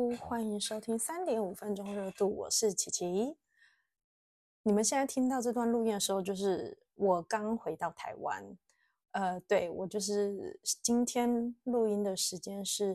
欢迎收听3.5分钟热度，我是琪琪。你们现在听到这段录音的时候，就是我刚回到台湾。对，我就是今天录音的时间是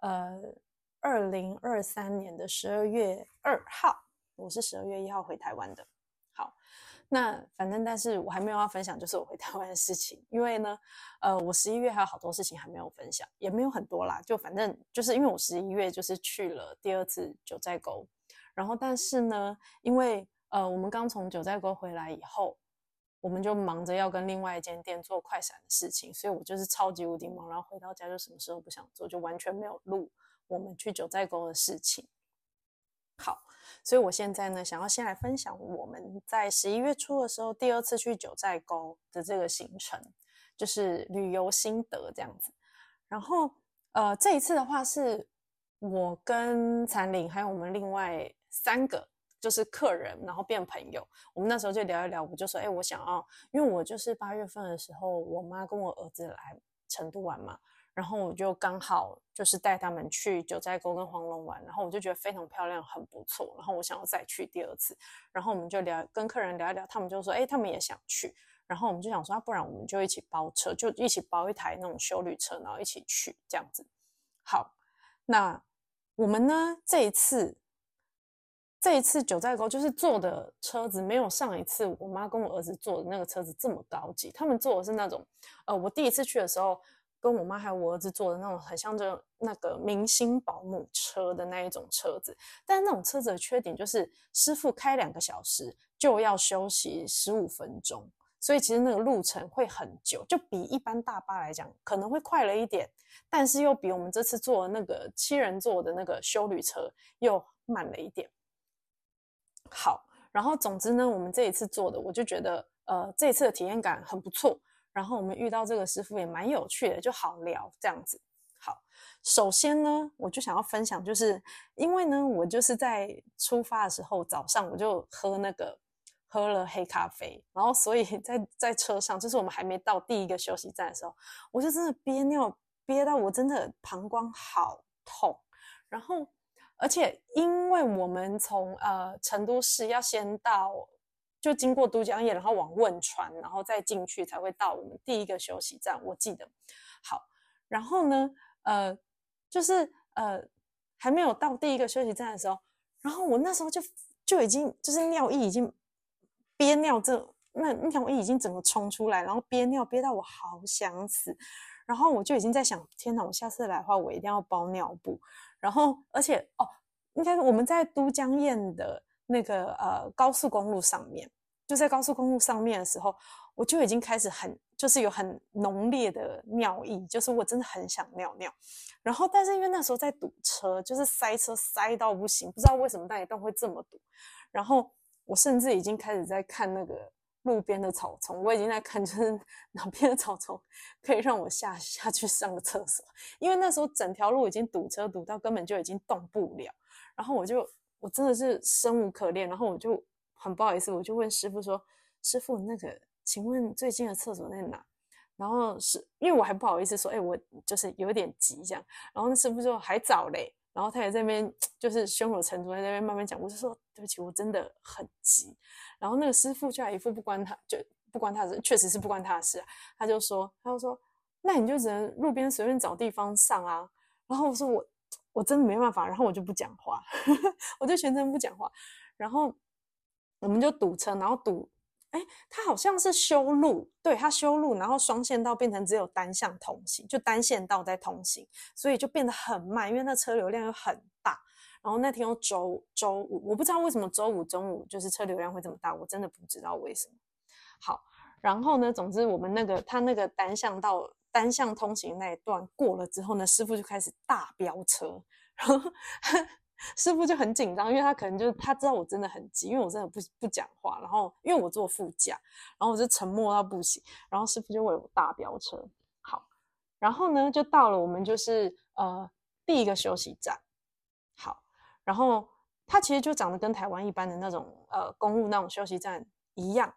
2023年的12月2号，我是12月1号回台湾的。好，那反正但是我还没有要分享就是我回台湾的事情，因为呢我11月还有好多事情还没有分享，也没有很多啦，就反正就是因为我11月就是去了第2次九寨沟，然后但是呢因为我们刚从九寨沟回来以后，我们就忙着要跟另外一间店做快闪的事情，所以我就是超级无敌忙，然后回到家就什么事都不想做，就完全没有录我们去九寨沟的事情。好，所以我现在呢想要先来分享我们在11月初的时候第2次去九寨沟的这个行程，就是旅游心得这样子。然后这一次的话是我跟残玲还有我们另外3个就是客人，然后变朋友。我们那时候就聊一聊，我就说我想要，因为我就是8月份的时候我妈跟我儿子来成都玩嘛，然后我就刚好就是带他们去九寨沟跟黄龙玩，然后我就觉得非常漂亮，很不错，然后我想要再去第2次，然后我们就跟客人聊一聊，他们就说他们也想去，然后我们就想说不然我们就一起包车，就一起包一台那种休旅车，然后一起去这样子。好，那我们呢这一次九寨沟就是坐的车子没有上一次我妈跟我儿子坐的那个车子这么高级，他们坐的是那种我第1次去的时候跟我妈还有我儿子坐的那种很像就那个明星保姆车的那一种车子，但是那种车子的缺点就是师傅开2个小时就要休息15分钟，所以其实那个路程会很久，就比一般大巴来讲可能会快了一点，但是又比我们这次坐的那个7人座的那个休旅车又慢了一点。好，然后总之呢我们这一次做的我就觉得这一次的体验感很不错，然后我们遇到这个师傅也蛮有趣的，就好聊这样子。好，首先呢我就想要分享，就是因为呢我就是在出发的时候早上我就喝了黑咖啡，然后所以在车上就是我们还没到第1个休息站的时候，我就真的憋尿憋到我真的膀胱好痛，然后而且因为我们从成都市要先到，就经过都江堰，然后往汶川，然后再进去才会到我们第1个休息站，我记得。好，然后呢就是还没有到第1个休息站的时候，然后我那时候就已经就是尿意已经憋尿，那尿意已经整个冲出来，然后憋尿憋到我好想死，然后我就已经在想，天哪，我下次来的话我一定要包尿布。然后而且应该我们在都江堰的那个高速公路上面，就在高速公路上面的时候，我就已经开始就是有很浓烈的尿意，就是我真的很想尿尿。然后但是因为那时候在堵车，就是塞车塞到不行，不知道为什么那一段会这么堵，然后我甚至已经开始在看那个路边的草丛，我已经在看就是哪边的草丛可以让我下去上个厕所，因为那时候整条路已经堵车堵到根本就已经动不了，然后我真的是生无可恋，然后我就很不好意思，我就问师傅说，师傅那个请问最近的厕所在哪？然后因为我还不好意思说我就是有点急这样，然后那师傅说还早嘞，然后他也在那边就是胸有成竹在那边慢慢讲，我就说对不起我真的很急，然后那个师傅就还一副不关他的事，确实是不关他的事他就说那你就只能路边随便找地方上啊，然后我说我真的没办法，然后我就不讲话我就全程不讲话，然后我们就堵车，然后他好像是修路，对，他修路，然后双线道变成只有单向通行，就单线道在通行，所以就变得很慢，因为那车流量又很大。然后那天又周五，我不知道为什么周五中午就是车流量会这么大，我真的不知道为什么。好，然后呢，总之我们他那个单向通行那一段过了之后呢，师傅就开始大飙车，然后师傅就很紧张，因为他可能他知道我真的很急，因为我真的不讲话，然后因为我坐副驾，然后我就沉默到不行，然后师傅就为我大飙车。好，然后呢就到了我们就是第1个休息站。好，然后它其实就长得跟台湾一般的那种公路那种休息站一样，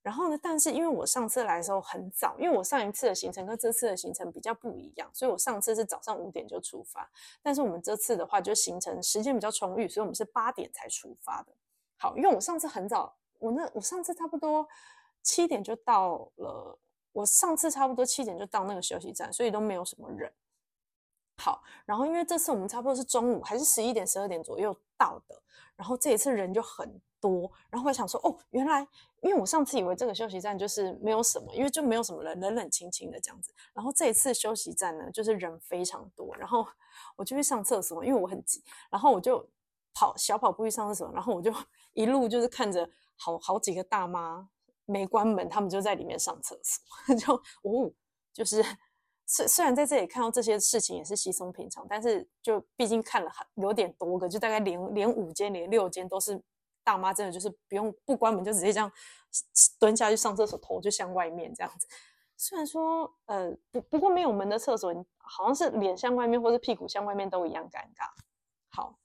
然后呢，但是因为我上次来的时候很早，因为我上一次的行程跟这次的行程比较不一样，所以我上次是早上5点就出发，但是我们这次的话就行程时间比较充裕，所以我们是8点才出发的。好，因为我上次很早，我上次差不多7点就到了，我上次差不多7点就到那个休息站，所以都没有什么人。好，然后因为这次我们差不多是中午还是11点12点左右到的，然后这一次人就很多，然后我想说哦，原来因为我上次以为这个休息站就是没有什么，因为就没有什么人，冷冷清清的这样子，然后这一次休息站呢就是人非常多，然后我就去上厕所，因为我很急，然后我就小跑步去上厕所，然后我就一路就是看着好几个大妈没关门，他们就在里面上厕所，就是虽然在这里看到这些事情也是稀松平常，但是就毕竟看了有点多个，就大概连5间连6间都是大妈，真的就是不关门就直接这样蹲下去上厕所，头就向外面这样子。虽然说不过没有门的厕所好像是脸向外面或是屁股向外面都一样尴尬。好，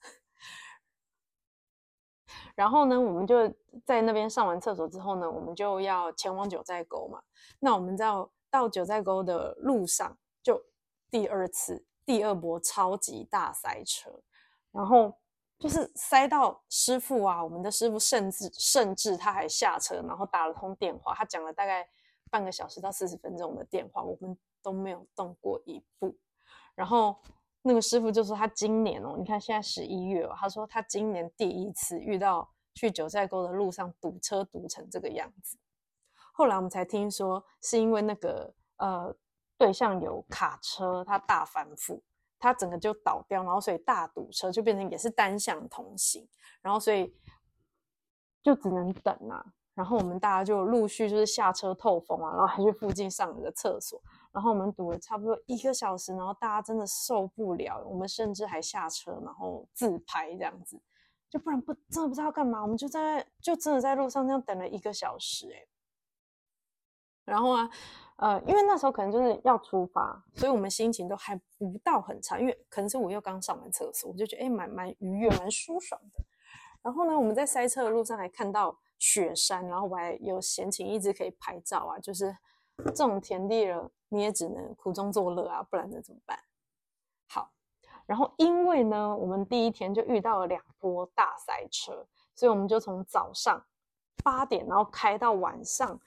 然后呢，我们就在那边上完厕所之后呢，我们就要前往九寨沟嘛。那我们到九寨沟的路上，就第二波超级大塞车，然后就是塞到师傅啊，我们的师傅甚至他还下车，然后打了通电话，他讲了大概半个小时到40分钟的电话，我们都没有动过一步。然后那个师傅就说他今年你看现在11月他说他今年第一次遇到去九寨沟的路上堵车堵成这个样子。后来我们才听说是因为那个对向有卡车，它大翻覆，它整个就倒掉，然后所以大堵车就变成也是单向通行，然后所以就只能等啊。然后我们大家就陆续就是下车透风啊，然后还去附近上了个厕所，然后我们堵了差不多1个小时，然后大家真的受不了，我们甚至还下车然后自拍这样子，就不然真的不知道干嘛，我们就真的在路上这样等了1个小时然后因为那时候可能就是要出发，所以我们心情都还不到很差，因为可能是我又刚上完厕所，我就觉得蛮愉悦蛮舒爽的。然后呢，我们在塞车的路上还看到雪山，然后我还有闲情逸致可以拍照啊，就是这种田地了，你也只能苦中作乐啊，不然能怎么办？好，然后因为呢，我们第一天就遇到了2波大塞车，所以我们就从早上8点，然后开到晚上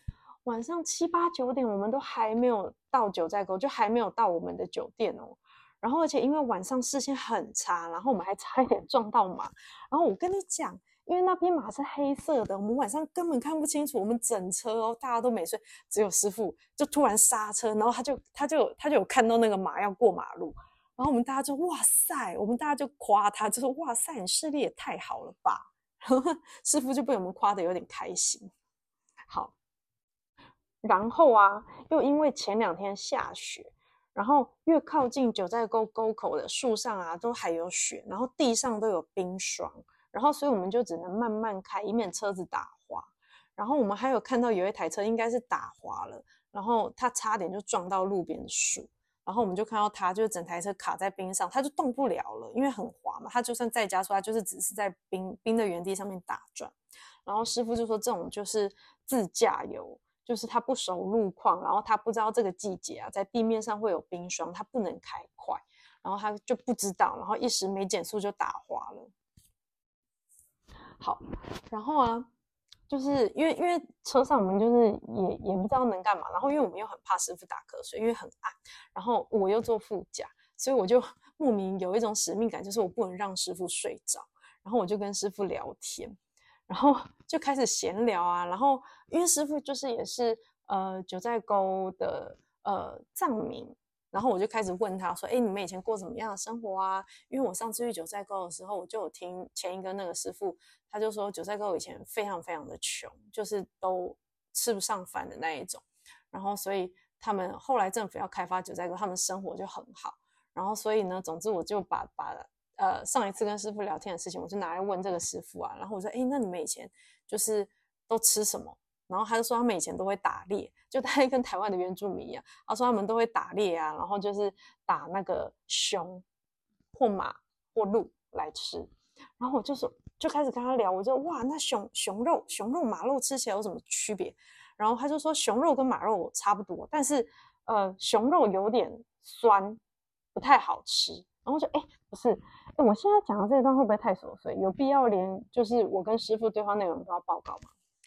7、8、9点，我们都还没有到九寨沟，就还没有到我们的酒店然后而且因为晚上视线很差，然后我们还差一点撞到马。然后我跟你讲，因为那边马是黑色的，我们晚上根本看不清楚，我们整车大家都没睡，只有师傅就突然刹车，然后他就有看到那个马要过马路，然后我们大家就哇塞，我们大家就夸他，就说哇塞，你视力也太好了吧。然后师傅就被我们夸得有点开心。好，然后又因为前2天下雪，然后越靠近九寨沟沟口的树上都还有雪，然后地上都有冰霜，然后所以我们就只能慢慢开，以免车子打滑。然后我们还有看到有一台车应该是打滑了，然后它差点就撞到路边的树，然后我们就看到它就整台车卡在冰上，它就动不了了，因为很滑嘛，它就算再加速，它就是只是在冰的原地上面打转。然后师傅就说这种就是自驾游，就是他不熟路况，然后他不知道这个季节在地面上会有冰霜，他不能开快，然后他就不知道，然后一时没减速就打滑了。好，然后就是因为车上我们就是也不知道能干嘛，然后因为我们又很怕师傅打瞌睡，因为很暗，然后我又坐副驾，所以我就莫名有一种使命感，就是我不能让师傅睡着，然后我就跟师傅聊天。然后就开始闲聊然后因为师傅就是也是九寨沟的藏民，然后我就开始问他说你们以前过什么样的生活因为我上次去九寨沟的时候，我就有听前一个那个师傅，他就说九寨沟以前非常非常的穷，就是都吃不上饭的那一种，然后所以他们后来政府要开发九寨沟，他们生活就很好，然后所以呢，总之我就把上一次跟师傅聊天的事情，我就拿来问这个师傅然后我说，那你们以前就是都吃什么？然后他就说他们以前都会打猎，就大概跟台湾的原住民一样，他说他们都会打猎然后就是打那个熊或马或鹿来吃。然后我就开始跟他聊，我就哇，那熊肉马肉吃起来有什么区别？ 然后他就说熊肉跟马肉差不多，但是熊肉有点酸，不太好吃。然后就不是，我现在讲的这一段会不会太琐碎？有必要连就是我跟师傅对话内容都要报告吗？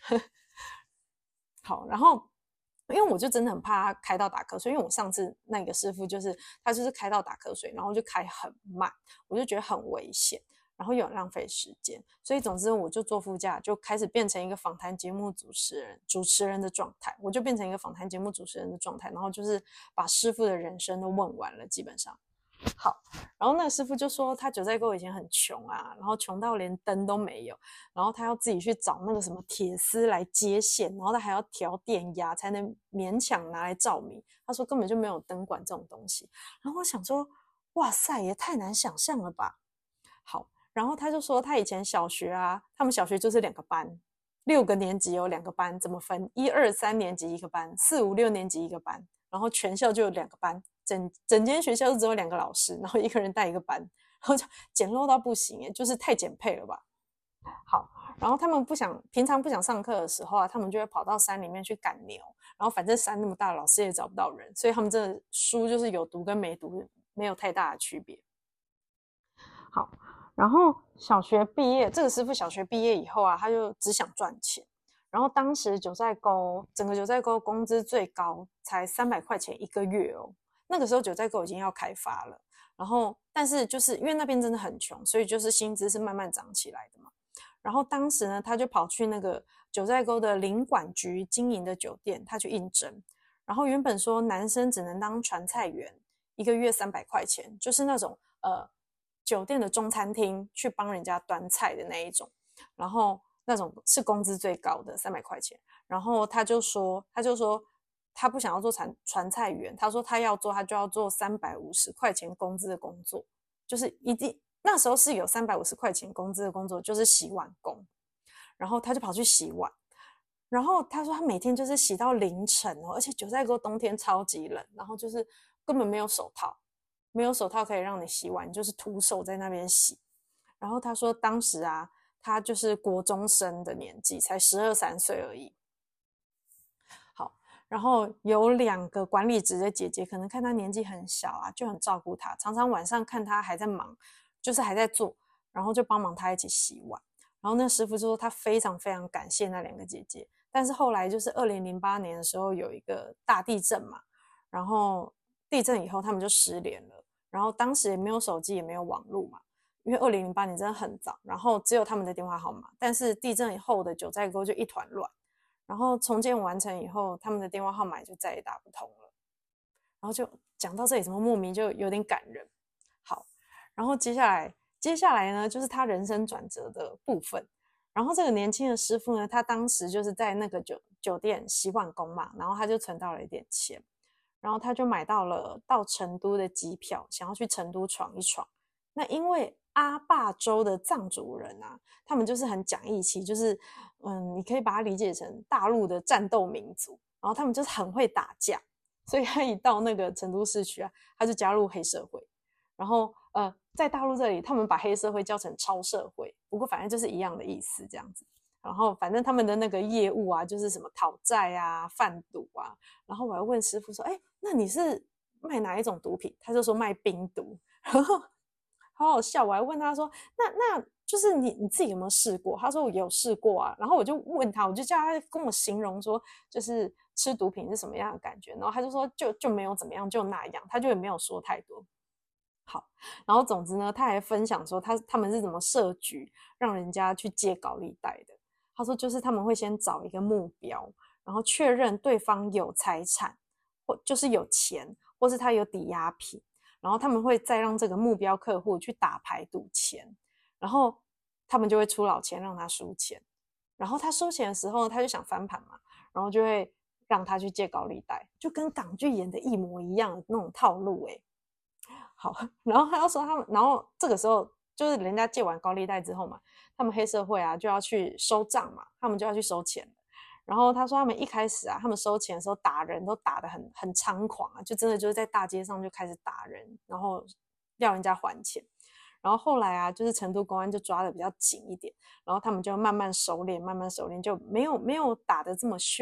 好，然后因为我就真的很怕他开到打瞌睡，因为我上次那个师傅就是他就是开到打瞌睡，然后就开很慢，我就觉得很危险，然后又很浪费时间，所以总之我就坐副驾，就开始变成一个访谈节目主持人的状态，我就变成一个访谈节目主持人的状态，然后就是把师傅的人生都问完了，基本上。好，然后那个师傅就说他九寨沟以前很穷啊，然后穷到连灯都没有，然后他要自己去找那个什么铁丝来接线，然后他还要调电压才能勉强拿来照明。他说根本就没有灯管这种东西。然后我想说，哇塞，也太难想象了吧。好，然后他就说他以前小学啊，他们小学就是2个班，6个年级有2个班，怎么分？1、2、3年级一个班，4、5、6年级一个班，然后全校就有2个班。整间学校就只有2个老师，然后一个人带一个班，然后就简陋到不行耶，就是太简配了吧。好，然后他们平常不想上课的时候啊，他们就会跑到山里面去赶牛，然后反正山那么大，老师也找不到人，所以他们这书就是有读跟没读没有太大的区别。好，然后小学毕业，这个师傅小学毕业以后啊，他就只想赚钱。然后当时整个九寨沟工资最高才300块钱一个月哦。那个时候九寨沟已经要开发了，然后但是就是因为那边真的很穷，所以就是薪资是慢慢涨起来的嘛。然后当时呢，他就跑去那个九寨沟的领管局经营的酒店，他去应征。然后原本说男生只能当传菜员，一个月300块钱，就是那种酒店的中餐厅去帮人家端菜的那一种。然后那种是工资最高的300块钱。然后他就说他不想要做传菜员，他说他就要做350块钱工资的工作，就是一定那时候是有350块钱工资的工作，就是洗碗工。然后他就跑去洗碗，然后他说他每天就是洗到凌晨哦，而且九寨沟冬天超级冷，然后就是根本没有手套，没有手套可以让你洗碗，就是徒手在那边洗。然后他说当时啊，他就是国中生的年纪，才12、13岁而已。好，然后有2个管理职的姐姐，可能看他年纪很小啊，就很照顾他，常常晚上看他还在忙，就是还在做，然后就帮忙他一起洗碗。然后那师傅就说他非常非常感谢那2个姐姐。但是后来就是2008年的时候有一个大地震嘛，然后地震以后他们就失联了，然后当时也没有手机也没有网络嘛，因为2008年真的很早，然后只有他们的电话号码。但是地震以后的九寨沟就一团乱，然后重建完成以后，他们的电话号码就再也打不通了。然后就讲到这里，怎么莫名就有点感人。好，然后接下来呢，就是他人生转折的部分。然后这个年轻的师傅呢，他当时就是在那个酒店洗碗工嘛，然后他就存到了一点钱，然后他就买到了到成都的机票，想要去成都闯一闯。那因为阿坝州的藏族人啊，他们就是很讲义气，就是你可以把它理解成大陆的战斗民族，然后他们就是很会打架，所以他一到那个成都市区啊，他就加入黑社会。然后在大陆这里，他们把黑社会叫成超社会，不过反正就是一样的意思这样子。然后反正他们的那个业务啊，就是什么讨债啊、贩毒啊。然后我还问师傅说：“哎，那你是卖哪一种毒品？”他就说卖冰毒。然后好好笑，我还问他说：“那就是你自己有没有试过？”他说：“我有试过啊。”然后我就问他，我就叫他跟我形容说，就是吃毒品是什么样的感觉。然后他就说就没有怎么样，就那样，他就也没有说太多。好，然后总之呢，他还分享说他们是怎么设局让人家去借高利贷的。他说就是他们会先找一个目标，然后确认对方有财产，或就是有钱，或是他有抵押品，然后他们会再让这个目标客户去打牌赌钱，然后他们就会出老千让他输钱，然后他输钱的时候他就想翻盘嘛，然后就会让他去借高利贷，就跟港剧演的一模一样的那种套路欸。好，然后他又说他们，然后这个时候就是人家借完高利贷之后嘛，他们黑社会啊就要去收账嘛，他们就要去收钱。然后他说他们一开始啊，他们收钱的时候打人都打得很猖狂啊，就真的就是在大街上就开始打人，然后要人家还钱。然后后来啊，就是成都公安就抓得比较紧一点，然后他们就慢慢收敛，慢慢收敛，就没有打得这么凶。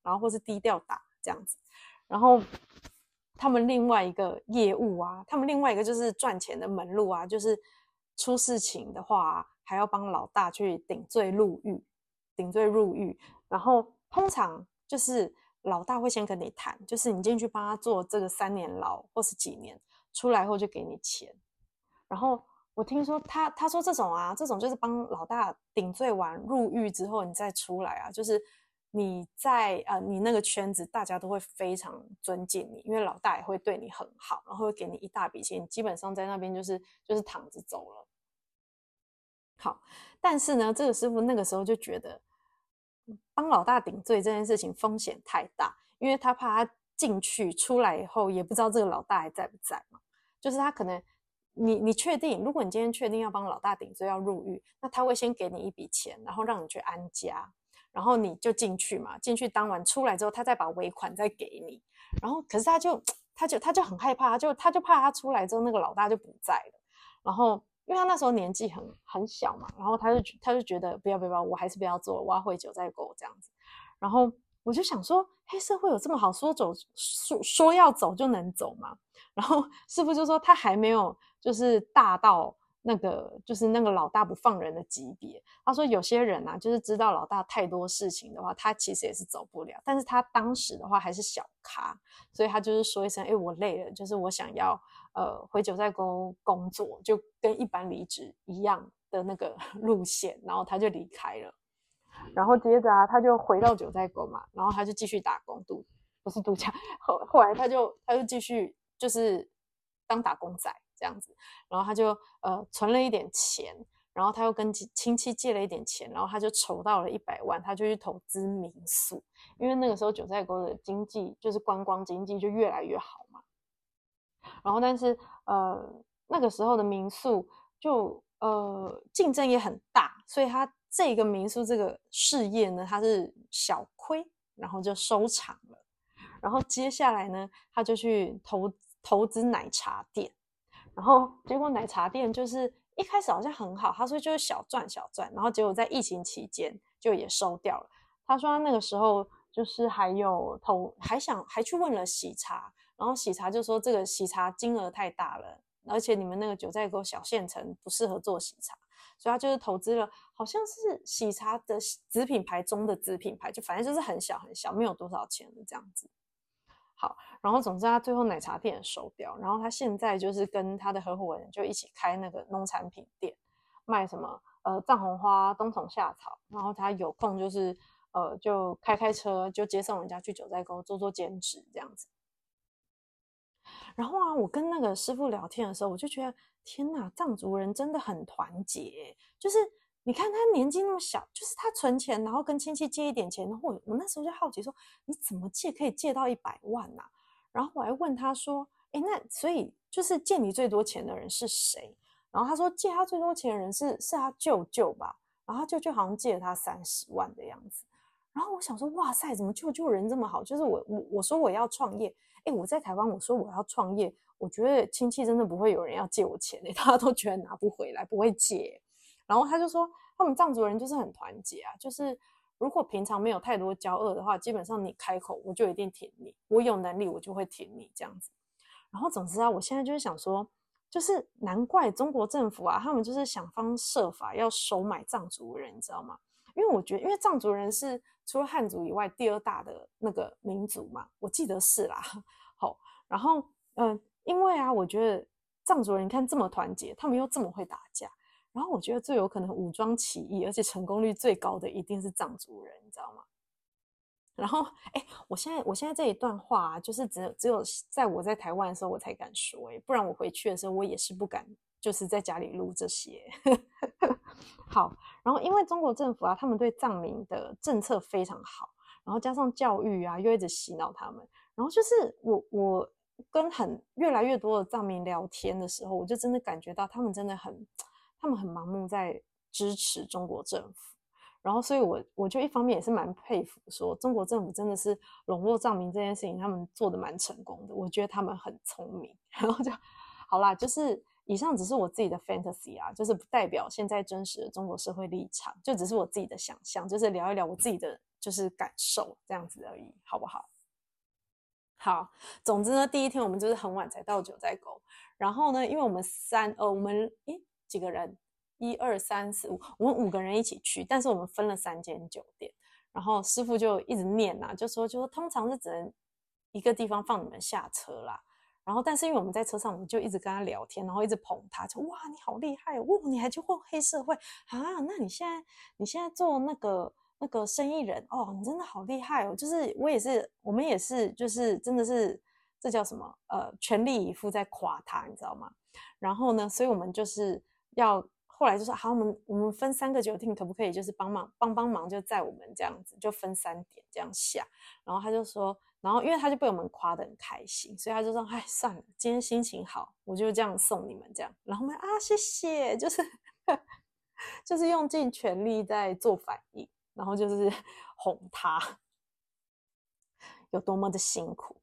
然后或是低调打这样子。然后他们另外一个业务啊，他们另外一个就是赚钱的门路啊，就是出事情的话啊，还要帮老大去顶罪入狱，然后通常就是老大会先跟你谈，就是你进去帮他做这个3年牢或是几年，出来后就给你钱。然后我听说他说这种就是帮老大顶罪完入狱之后你再出来啊，就是你在你那个圈子大家都会非常尊敬你，因为老大也会对你很好，然后会给你一大笔钱，基本上在那边就是躺着走了。好，但是呢，这个师傅那个时候就觉得帮老大顶罪这件事情风险太大，因为他怕他进去出来以后也不知道这个老大还在不在嘛，就是他可能你确定，如果你今天确定要帮老大顶罪要入狱，那他会先给你一笔钱，然后让你去安家，然后你就进去嘛，进去当完出来之后，他再把尾款再给你，然后可是他就很害怕，他就怕他出来之后那个老大就不在了，然后因为他那时候年纪很小嘛，然后他就觉得不要，我还是不要做了，我要回九寨沟这样子。然后我就想说，黑社会有这么好说要走就能走吗？然后师傅就说他还没有就是大到那个就是那个老大不放人的级别。他说有些人啊，就是知道老大太多事情的话，他其实也是走不了。但是他当时的话还是小咖，所以他就是说一声，我累了，就是我想要回九寨沟工作，就跟一般离职一样的那个路线，然后他就离开了。然后接着啊，他就回到九寨沟嘛，然后他就继续打工不是度假，后来他就继续就是当打工仔这样子，然后他就存了一点钱，然后他又跟亲戚借了一点钱，然后他就筹到了100万，他就去投资民宿，因为那个时候九寨沟的经济就是观光经济就越来越好嘛，然后但是那个时候的民宿就竞争也很大，所以他这个民宿这个事业呢，他是小亏，然后就收场了。然后接下来呢，他就去投资奶茶店，然后结果奶茶店就是一开始好像很好，他说就是小赚，然后结果在疫情期间就也收掉了。他说他那个时候就是还去问了喜茶，然后喜茶就说这个喜茶金额太大了，而且你们那个九寨沟小县城不适合做喜茶，所以他就是投资了，好像是喜茶的子品牌中的子品牌，就反正就是很小，没有多少钱的这样子。好，然后总之他最后奶茶店也收掉，然后他现在就是跟他的合伙人就一起开那个农产品店，卖什么藏红花、冬虫夏草，然后他有空就是就开车就接送人家去九寨沟做兼职这样子。然后啊，我跟那个师傅聊天的时候，我就觉得天哪，藏族人真的很团结，就是你看他年纪那么小，就是他存钱，然后跟亲戚借一点钱，然后我那时候就好奇说，你怎么借可以借到100万啊？然后我还问他说，那所以就是借你最多钱的人是谁？然后他说借他最多钱的人是他舅舅吧，然后他舅舅好像借了他30万的样子。然后我想说，哇塞，怎么舅舅人这么好？就是我说我要创业，我在台湾我说我要创业，我觉得亲戚真的不会有人要借我钱大家都觉得拿不回来，不会借。然后他就说，他们藏族人就是很团结啊，就是如果平常没有太多交恶的话，基本上你开口我就一定挺你，我有能力我就会挺你这样子。然后总之啊，我现在就是想说，就是难怪中国政府啊，他们就是想方设法要收买藏族人，你知道吗？因为我觉得，因为藏族人是除了汉族以外第2大的那个民族嘛，我记得是啦。好，然后因为啊，我觉得藏族人你看这么团结，他们又这么会打架，然后我觉得最有可能武装起义，而且成功率最高的一定是藏族人，你知道吗？然后我现在这一段话啊，就是只有在我在台湾的时候我才敢说，不然我回去的时候我也是不敢，就是在家里录这些。好，然后因为中国政府啊，他们对藏民的政策非常好，然后加上教育啊，又一直洗脑他们，然后就是我跟越来越多的藏民聊天的时候，我就真的感觉到他们真的他们很盲目在支持中国政府，然后所以我就一方面也是蛮佩服，说中国政府真的是笼络藏民这件事情，他们做的蛮成功的，我觉得他们很聪明，然后就好啦，就是以上只是我自己的 fantasy 啊，就是不代表现在真实的中国社会立场，就只是我自己的想象，就是聊一聊我自己的就是感受这样子而已，好不好？好，总之呢，第一天我们就是很晚才到九寨沟，然后呢，因为我们几个人，一二三四五，我们5个人一起去，但是我们分了3间酒店，然后师傅就一直念啊，就说通常是只能一个地方放你们下车啦。然后，但是因为我们在车上，我们就一直跟他聊天，然后一直捧他，就哇，你好厉害哦，哇，你还去混黑社会啊？那你现在做那个生意人哦，你真的好厉害哦！就是我们也是，就是真的是这叫什么？全力以赴在夸他，你知道吗？然后呢，所以我们就是后来就说好，我们分3个酒店，可不可以就是帮忙，就载我们这样子，就分3点这样下。然后他就说。然后因为他就被我们夸得很开心，所以他就说：“哎，算了，今天心情好，我就这样送你们这样。”然后我们谢谢，就是就是用尽全力在做反应，然后就是哄他有多么的辛苦。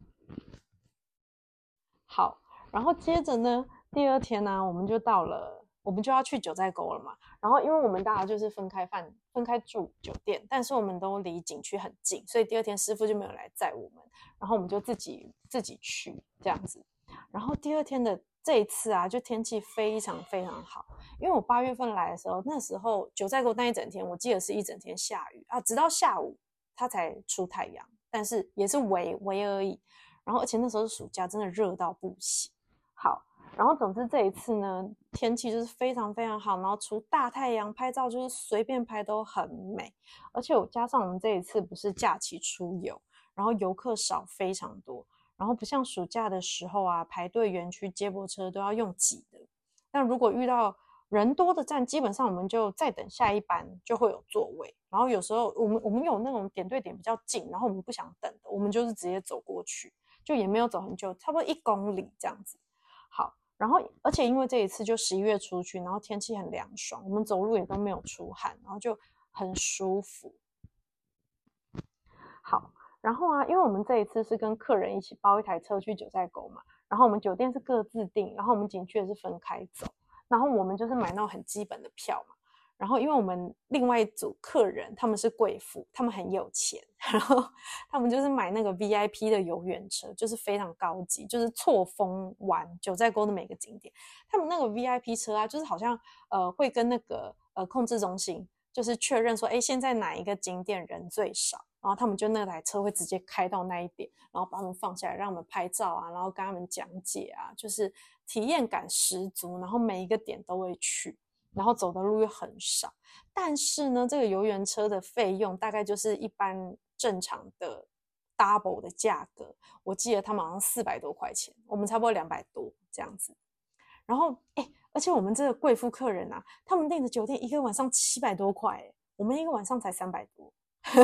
好，然后接着呢，第2天呢，我们就要去九寨沟了嘛。然后因为我们大家就是分开住酒店，但是我们都离景区很近，所以第2天师傅就没有来载我们，然后我们就自己去这样子。然后第2天的这一次啊，就天气非常非常好，因为我8月份来的时候，那时候九寨沟那一整天，我记得是一整天下雨啊，直到下午它才出太阳，但是也是微而已。然后而且那时候是暑假，真的热到不行。好，然后总之这一次呢，天气就是非常非常好，然后出大太阳，拍照就是随便拍都很美。而且加上我们这一次不是假期出游，然后游客少非常多，然后不像暑假的时候啊，排队园区接驳车都要用挤的。但如果遇到人多的站，基本上我们就再等下一班就会有座位。然后有时候我们有那种点对点比较近，然后我们不想等的，我们就是直接走过去。就也没有走很久，差不多1公里这样子。好，然后而且因为这一次就11月出去，然后天气很凉爽，我们走路也都没有出汗，然后就很舒服。好，然后啊，因为我们这一次是跟客人一起包一台车去九寨沟嘛，然后我们酒店是各自订，然后我们景区也是分开走，然后我们就是买那种很基本的票嘛。然后因为我们另外一组客人他们是贵妇，他们很有钱，然后他们就是买那个 VIP 的游园车，就是非常高级，就是错峰玩九寨沟的每个景点。他们那个 VIP 车啊，就是好像会跟那个控制中心就是确认说，哎，现在哪一个景点人最少，然后他们就那台车会直接开到那一点，然后把他们放下来，让他们拍照啊，然后跟他们讲解啊，就是体验感十足，然后每一个点都会去。然后走的路又很少，但是呢，这个游园车的费用大概就是一般正常的 double 的价格。我记得他们好像400多块钱，我们差不多200多这样子。然后，而且我们这个贵妇客人啊，他们订的酒店一个晚上700多块，我们一个晚上才300多。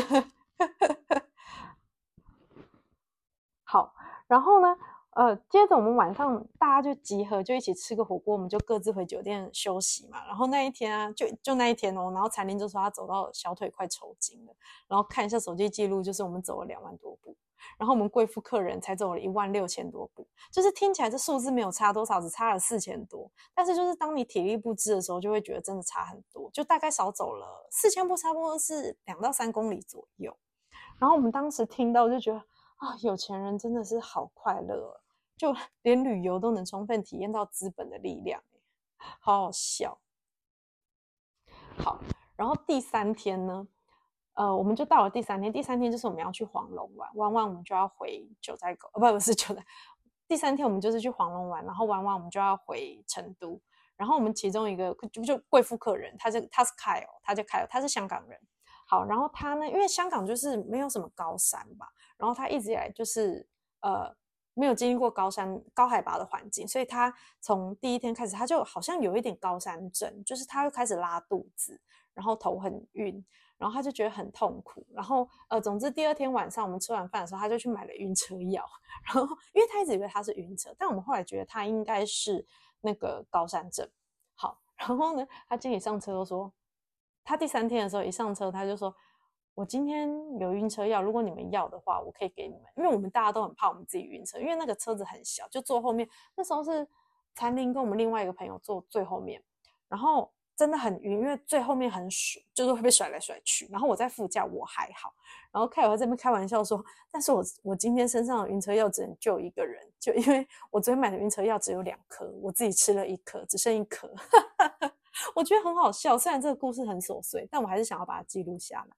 好，然后呢，接着我们晚上大家就集合，就一起吃个火锅，我们就各自回酒店休息嘛。然后那一天啊，就那一天哦，然后彩玲就说她走到小腿快抽筋了，然后看一下手机记录，就是我们走了2万多步，然后我们贵妇客人才走了16000多步，就是听起来这数字没有差多少，只差了4000多，但是就是当你体力不支的时候，就会觉得真的差很多，就大概少走了4000步，差不多是2到3公里左右。然后我们当时听到就觉得有钱人真的是好快乐，就连旅游都能充分体验到资本的力量，好好笑。好，然后第3天呢，我们就到了第3天，第3天就是我们要去黄龙玩完我们就要回九寨沟，不是九寨，第3天我们就是去黄龙玩，然后玩完我们就要回成都。然后我们其中一个就贵妇客人，他是 Kyle， 他是香港人。好，然后他呢，因为香港就是没有什么高山吧，然后他一直以来就是没有经历过高海拔的环境，所以他从第1天开始，他就好像有一点高山症，就是他会开始拉肚子，然后头很晕，然后他就觉得很痛苦。然后总之第2天晚上我们吃完饭的时候，他就去买了晕车药，然后因为他一直以为他是晕车，但我们后来觉得他应该是那个高山症。好，然后呢，他经理上车都说。他第3天的时候一上车，他就说：“我今天有晕车药，如果你们要的话，我可以给你们。”因为我们大家都很怕我们自己晕车，因为那个车子很小，就坐后面。那时候是残玲跟我们另外一个朋友坐最后面，然后真的很晕，因为最后面很水，就是会被甩来甩去。然后我在副驾我还好，然后凯尔在这边开玩笑说，但是我今天身上的晕车药只能救一个人，就因为我昨天买的晕车药只有2颗，我自己吃了1颗，只剩1颗。我觉得很好笑，虽然这个故事很琐碎，但我还是想要把它记录下来。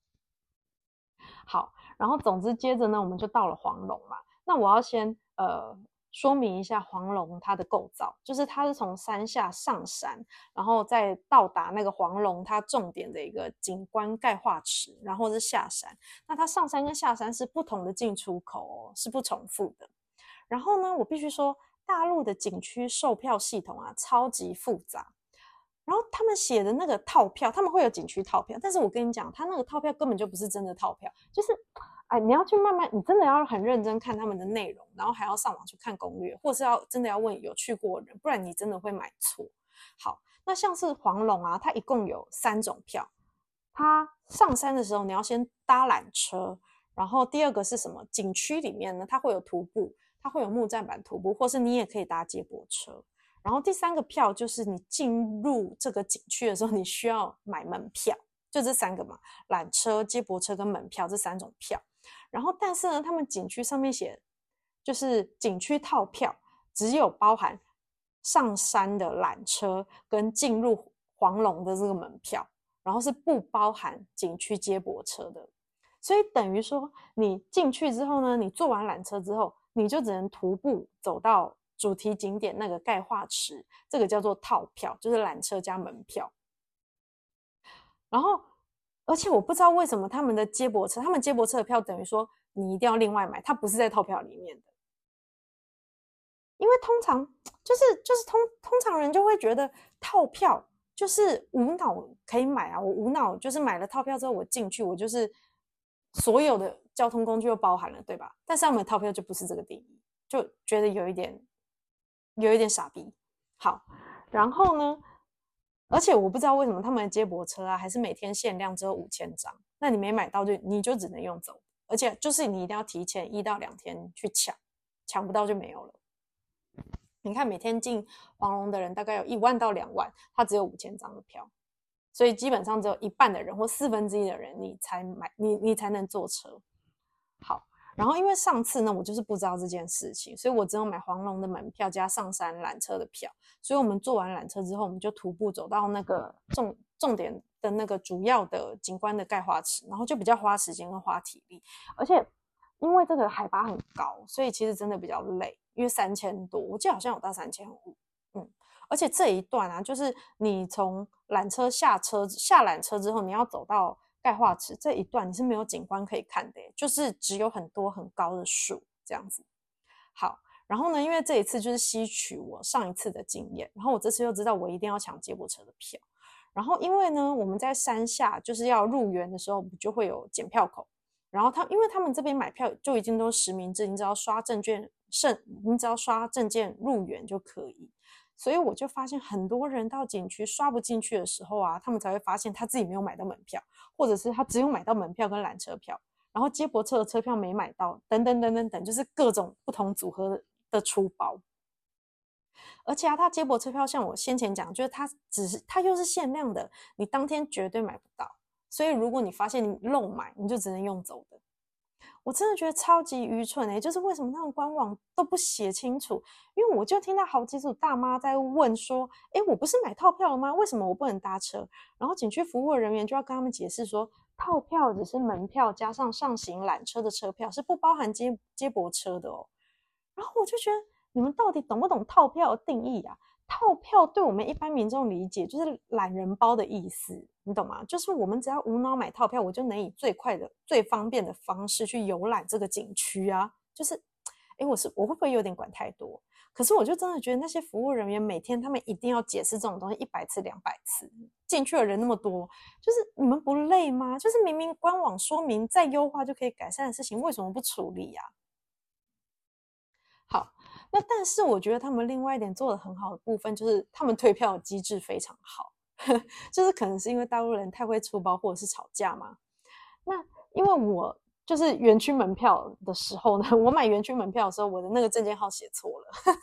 好，然后总之接着呢，我们就到了黄龙嘛。那我要先说明一下黄龙它的构造，就是它是从山下上山，然后再到达那个黄龙它重点的一个景观钙化池，然后是下山。那它上山跟下山是不同的进出口哦，是不重复的。然后呢，我必须说，大陆的景区售票系统啊，超级复杂。然后他们写的那个套票，他们会有景区套票，但是我跟你讲，他那个套票根本就不是真的套票，就是，哎，你要去慢慢，你真的要很认真看他们的内容，然后还要上网去看攻略，或是真的要问有去过的人，不然你真的会买错。好，那像是黄龙啊，它一共有3种票，它上山的时候你要先搭缆车，然后第二个是什么？景区里面呢，它会有徒步，它会有木栈板徒步，或是你也可以搭接驳车。然后第3个票就是你进入这个景区的时候，你需要买门票，就这3个嘛，缆车、接驳车跟门票这3种票。然后但是呢，他们景区上面写就是景区套票，只有包含上山的缆车跟进入黄龙的这个门票，然后是不包含景区接驳车的。所以等于说你进去之后呢，你坐完缆车之后，你就只能徒步走到主题景点那个钙化池，这个叫做套票，就是缆车加门票。然后而且我不知道为什么他们接驳车的票等于说你一定要另外买，它不是在套票里面的。因为通常通常人就会觉得套票就是无脑可以买啊，我无脑就是买了套票之后我进去，我就是所有的交通工具都包含了，对吧？但是他们的套票就不是这个定义，就觉得有一点傻逼。好，然后呢，而且我不知道为什么他们的接驳车啊，还是每天限量只有5000张，那你没买到你就只能用走，而且就是你一定要提前1到2天去抢，抢不到就没有了。你看每天进黄龙的人大概有1万到2万，他只有5000张的票，所以基本上只有一半的人或1/4的人你才能坐车。好，然后因为上次呢我就是不知道这件事情，所以我只有买黄龙的门票加上山缆车的票，所以我们坐完缆车之后，我们就徒步走到那个重点的那个主要的景观的钙化池，然后就比较花时间跟花体力，而且因为这个海拔很高，所以其实真的比较累，因为3000多，我记得好像有到3500。而且这一段啊，就是你从缆车下缆车之后，你要走到钙化池这一段，你是没有景观可以看的，就是只有很多很高的树这样子。好，然后呢，因为这一次就是吸取我上一次的经验，然后我这次又知道我一定要抢接驳车的票。然后因为呢，我们在山下就是要入园的时候，就会有检票口。然后因为他们这边买票就已经都是实名制，你只要刷证件入园就可以。所以我就发现很多人到景区刷不进去的时候啊，他们才会发现他自己没有买到门票，或者是他只有买到门票跟缆车票，然后接驳车的车票没买到，等等等等等，就是各种不同组合的出包。而且啊，它接驳车票像我先前讲，就是它又是限量的，你当天绝对买不到。所以如果你发现你漏买，你就只能用走的。我真的觉得超级愚蠢就是为什么他们官网都不写清楚？因为我就听到好几组大妈在问说，我不是买套票了吗？为什么我不能搭车？然后景区服务的人员就要跟他们解释说，套票只是门票加上上行缆车的车票，是不包含接驳车的哦。然后我就觉得你们到底懂不懂套票的定义啊？套票对我们一般民众理解就是懒人包的意思，你懂吗？就是我们只要无脑买套票，我就能以最快的、最方便的方式去游览这个景区啊。就是，我会不会有点管太多？可是我就真的觉得那些服务人员每天他们一定要解释这种东西100次、200次，进去的人那么多，就是你们不累吗？就是明明官网说明再优化就可以改善的事情，为什么不处理啊？好。那但是我觉得他们另外一点做得很好的部分，就是他们退票的机制非常好，就是可能是因为大陆人太会出包或者是吵架嘛。那因为我就是园区门票的时候呢，我买园区门票的时候，我的那个证件号写错了，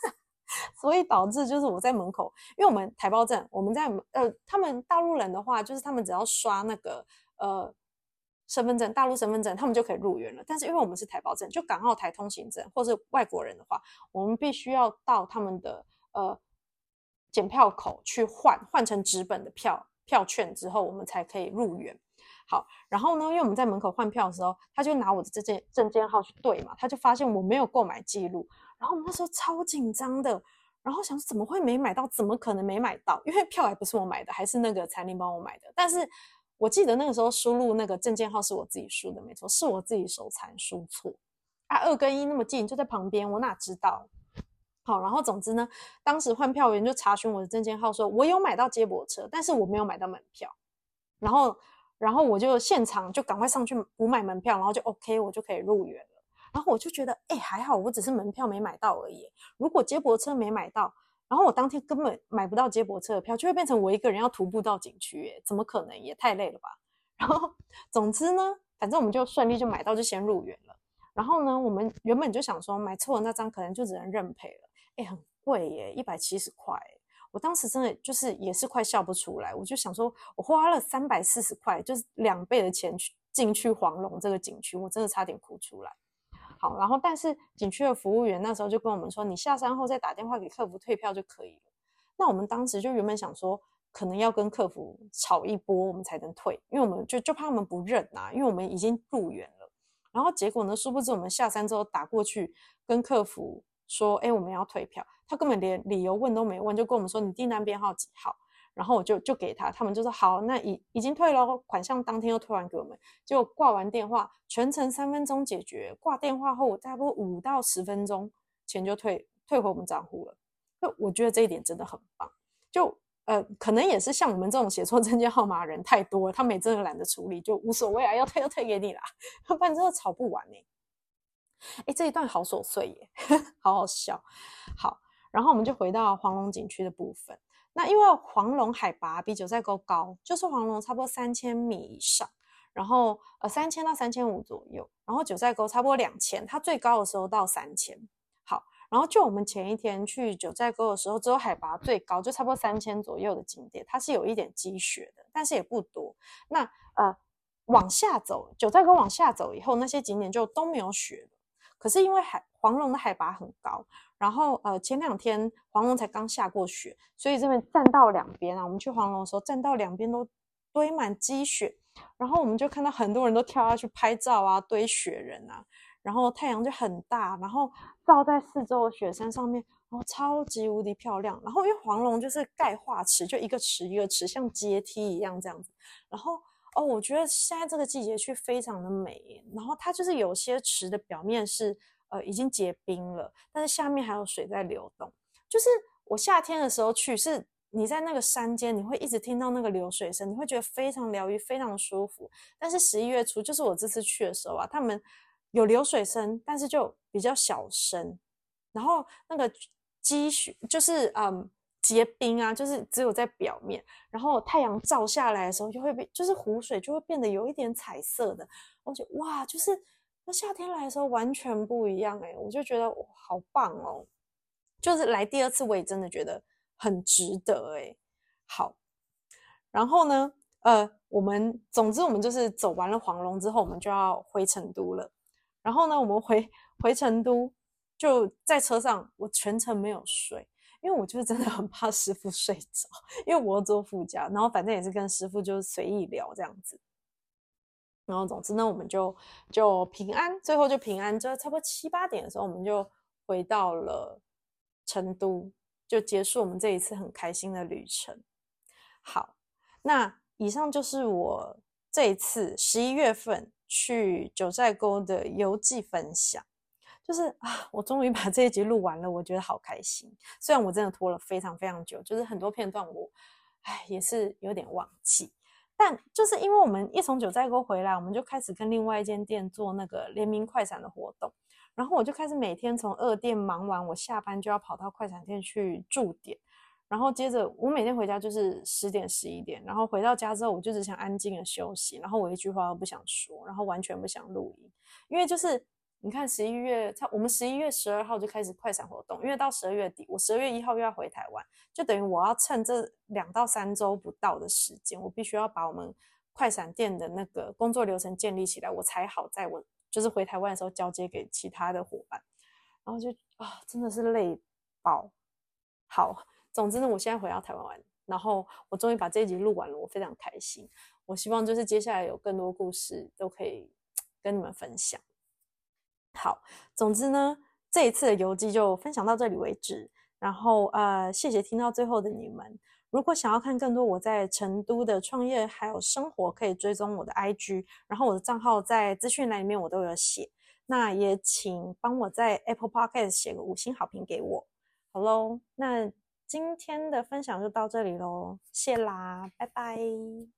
所以导致就是我在门口，因为我们台胞证，我们在他们大陆人的话，就是他们只要刷那个身份证，大陆身份证，他们就可以入园了。但是因为我们是台胞证，就港澳台通行证，或是外国人的话，我们必须要到他们的检票口去换成纸本的票券之后，我们才可以入园。好，然后呢，因为我们在门口换票的时候，他就拿我的证件号去对嘛，他就发现我没有购买记录，然后我们那时候超紧张的，然后想说怎么会没买到？怎么可能没买到？因为票还不是我买的，还是那个彩铃帮我买的。但是我记得那个时候输入那个证件号是我自己输的，没错，是我自己手残输错啊。2跟1那么近，就在旁边，我哪知道？好，然后总之呢，当时换票员就查询我的证件号，说我有买到接驳车，但是我没有买到门票。然后我就现场就赶快上去补买门票，然后就 OK， 我就可以入园了。然后我就觉得，还好，我只是门票没买到而已。如果接驳车没买到，然后我当天根本买不到接驳车的票，就会变成我一个人要徒步到景区，怎么可能？也太累了吧。然后总之呢，反正我们就顺利就买到，就先入园了。然后呢，我们原本就想说买错的那张可能就只能认赔了，很贵耶，170块。我当时真的就是也是快笑不出来，我就想说，我花了340块，就是2倍的钱进去黄龙这个景区，我真的差点哭出来。好，然后但是景区的服务员那时候就跟我们说，你下山后再打电话给客服退票就可以了。那我们当时就原本想说，可能要跟客服吵一波，我们才能退，因为我们就怕他们不认啊，因为我们已经入园了。然后结果呢，殊不知我们下山之后打过去跟客服说，我们要退票，他根本连理由问都没问，就跟我们说你订单编号几号，然后我就给他们就说好，那已经退了，款项当天就退完给我们。结果挂完电话，全程3分钟解决，挂电话后差不多5到10分钟，钱就退回我们账户了。就我觉得这一点真的很棒。就可能也是像我们这种写错证件号码的人太多了，他们也真的懒得处理，就无所谓啊，要退就退给你啦，要不然真的吵不完这一段好琐碎耶，好好笑。好，然后我们就回到黄龙景区的部分。那因为黄龙海拔比九寨沟高，就是黄龙差不多3000米以上，然后3000到3500左右，然后九寨沟差不多2000，它最高的时候到3000。好，然后就我们前一天去九寨沟的时候，只有海拔最高就差不多3000左右的景点，它是有一点积雪的，但是也不多。那往下走，九寨沟往下走以后，那些景点就都没有雪了。可是因为黄龙的海拔很高，然后前2天黄龙才刚下过雪，所以这边栈道两边啊，我们去黄龙的时候，栈道两边都堆满积雪，然后我们就看到很多人都跳下去拍照啊，堆雪人啊，然后太阳就很大，然后照在四周的雪山上面，然后超级无敌漂亮。然后因为黄龙就是钙化池，就一个池一个池，像阶梯一样这样子，然后我觉得现在这个季节去非常的美，然后它就是有些池的表面是已经结冰了，但是下面还有水在流动。就是我夏天的时候去，是你在那个山间，你会一直听到那个流水声，你会觉得非常疗愈，非常舒服。但是11月初，就是我这次去的时候啊，他们有流水声，但是就比较小声，然后那个积雪就是结冰啊，就是只有在表面，然后太阳照下来的时候就会就是湖水就会变得有一点彩色的，我觉得哇，就是那夏天来的时候完全不一样我就觉得好棒哦，就是来第2次我也真的觉得很值得好，然后呢总之我们就是走完了黄龙之后，我们就要回成都了。然后呢，我们回成都就在车上，我全程没有睡。因为我就是真的很怕师傅睡着，因为我坐副驾，然后反正也是跟师傅就是随意聊这样子。然后总之呢，我们就平安，最后就平安，就差不多7、8点的时候，我们就回到了成都，就结束我们这一次很开心的旅程。好，那以上就是我这一次11月份去九寨沟的游记分享。就是我终于把这一集录完了，我觉得好开心。虽然我真的拖了非常非常久，就是很多片段我也是有点忘记。但就是因为我们一从九寨沟回来，我们就开始跟另外一间店做那个联名快闪的活动，然后我就开始每天从2店忙完，我下班就要跑到快闪店去驻点，然后接着我每天回家就是10点11点，然后回到家之后我就只想安静的休息，然后我一句话都不想说，然后完全不想录音，因为就是你看11月，我们11月12号就开始快闪活动，因为到12月底，我12月1号又要回台湾，就等于我要趁这2到3周不到的时间，我必须要把我们快闪店的那个工作流程建立起来，我才好在我就是回台湾的时候交接给其他的伙伴，然后就真的是累爆。好，总之呢，我现在回到台湾玩，然后我终于把这一集录完了，我非常开心。我希望就是接下来有更多故事都可以跟你们分享。好，总之呢，这一次的游记就分享到这里为止。然后谢谢听到最后的你们。如果想要看更多我在成都的创业还有生活，可以追踪我的 IG，然后我的账号在资讯栏里面我都有写。那也请帮我在 Apple Podcast 写个5星好评给我。好咯，那今天的分享就到这里咯，谢啦，拜拜。